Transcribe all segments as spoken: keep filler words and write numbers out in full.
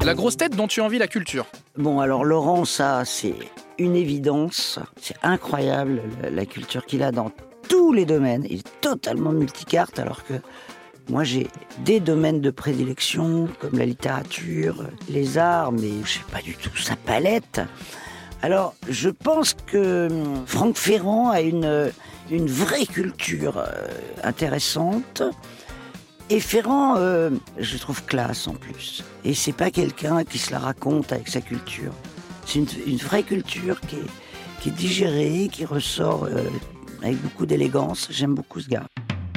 La grosse tête dont tu envies la culture. Bon, alors Laurent, ça, c'est une évidence. C'est incroyable la, la culture qu'il a dans tous les domaines. Il est totalement multicarte, alors que moi, j'ai des domaines de prédilection, comme la littérature, les arts, mais je sais pas du tout sa palette. Alors, je pense que Franck Ferrand a une, une vraie culture euh, intéressante. Et Ferrand, euh, je trouve classe en plus. Et c'est pas quelqu'un qui se la raconte avec sa culture. C'est une, une vraie culture qui est, qui est digérée, qui ressort euh, avec beaucoup d'élégance. J'aime beaucoup ce gars.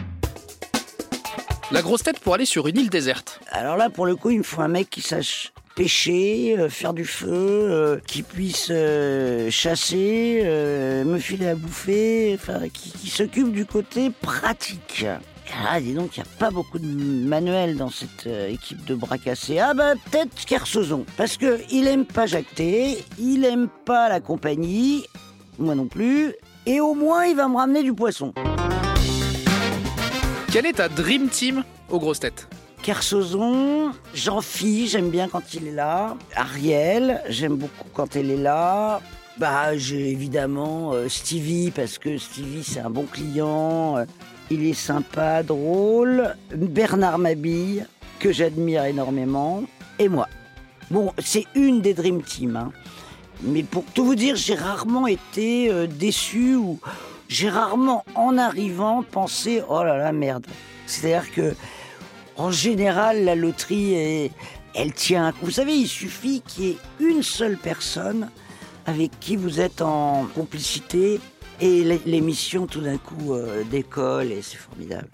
La grosse tête pour aller sur une île déserte. Alors là, pour le coup, il me faut un mec qui sache pêcher, euh, faire du feu, euh, qui puisse euh, chasser, euh, me filer à bouffer, enfin, qui, qui s'occupe du côté pratique. Ah, dis donc, il n'y a pas beaucoup de manuels dans cette euh, équipe de bras cassés. Ah bah, peut-être Kersozon. Parce qu'il aime pas jacter, il aime pas la compagnie, moi non plus, et au moins, il va me ramener du poisson. Quelle est ta dream team aux grosses têtes? Kersozon, Jean-Phi, j'aime bien quand il est là. Ariel, j'aime beaucoup quand elle est là. Bah, j'ai évidemment euh, Stevie, parce que Stevie, c'est un bon client. Euh, il est sympa, drôle. Bernard Mabille, que j'admire énormément. Et moi. Bon, c'est une des Dream Team. Hein. Mais pour tout vous dire, j'ai rarement été euh, déçu ou j'ai rarement, en arrivant, pensé « Oh là là, merde ». C'est-à-dire que en général, la loterie, est, elle tient. Vous savez, il suffit qu'il y ait une seule personne avec qui vous êtes en complicité et l'émission, tout d'un coup, euh, décolle et c'est formidable.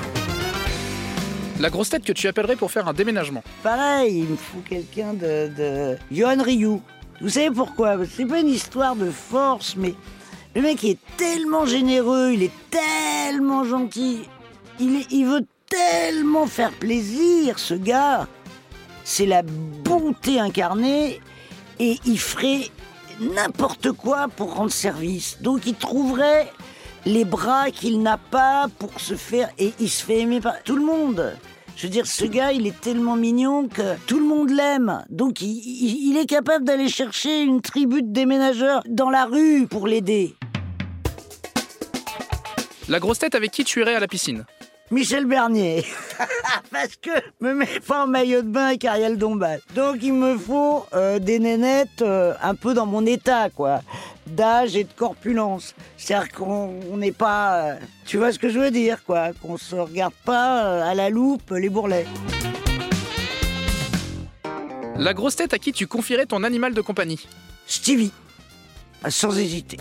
La grosse tête que tu appellerais pour faire un déménagement. Pareil, il me faut quelqu'un de... de... Johan Rioux. Vous savez pourquoi? C'est pas une histoire de force, mais le mec est tellement généreux, il est tellement gentil, il, est, il veut tellement faire plaisir, ce gars. C'est la bonté incarnée et il ferait n'importe quoi pour rendre service. Donc il trouverait les bras qu'il n'a pas pour se faire... Et il se fait aimer par tout le monde. Je veux dire, ce gars, il est tellement mignon que tout le monde l'aime. Donc il, il, il est capable d'aller chercher une tribu de déménageurs dans la rue pour l'aider. La grosse tête avec qui tu irais à la piscine? Michel Bernier. Parce que me mets pas en maillot de bain avec Ariel Dombal. Donc il me faut euh, des nénettes euh, un peu dans mon état, quoi. D'âge et de corpulence. C'est-à-dire qu'on n'est pas... Euh, tu vois ce que je veux dire, quoi. Qu'on se regarde pas euh, à la loupe les bourrelets. La grosse tête à qui tu confierais ton animal de compagnie? Stevie. Sans hésiter.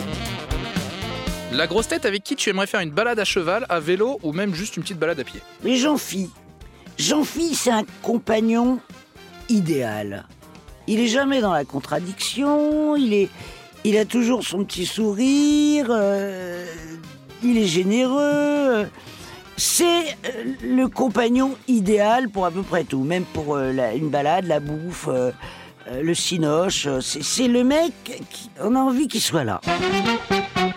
La grosse tête avec qui tu aimerais faire une balade à cheval, à vélo ou même juste une petite balade à pied? Mais Jean-Phi. Jean-Phi, c'est un compagnon idéal. Il est jamais dans la contradiction, il est, il a toujours son petit sourire, euh, il est généreux. euh, C'est euh, le compagnon idéal pour à peu près tout, même pour euh, la, une balade, la bouffe, euh, euh, le cinoche. C'est, c'est le mec qui, on a envie qu'il soit là.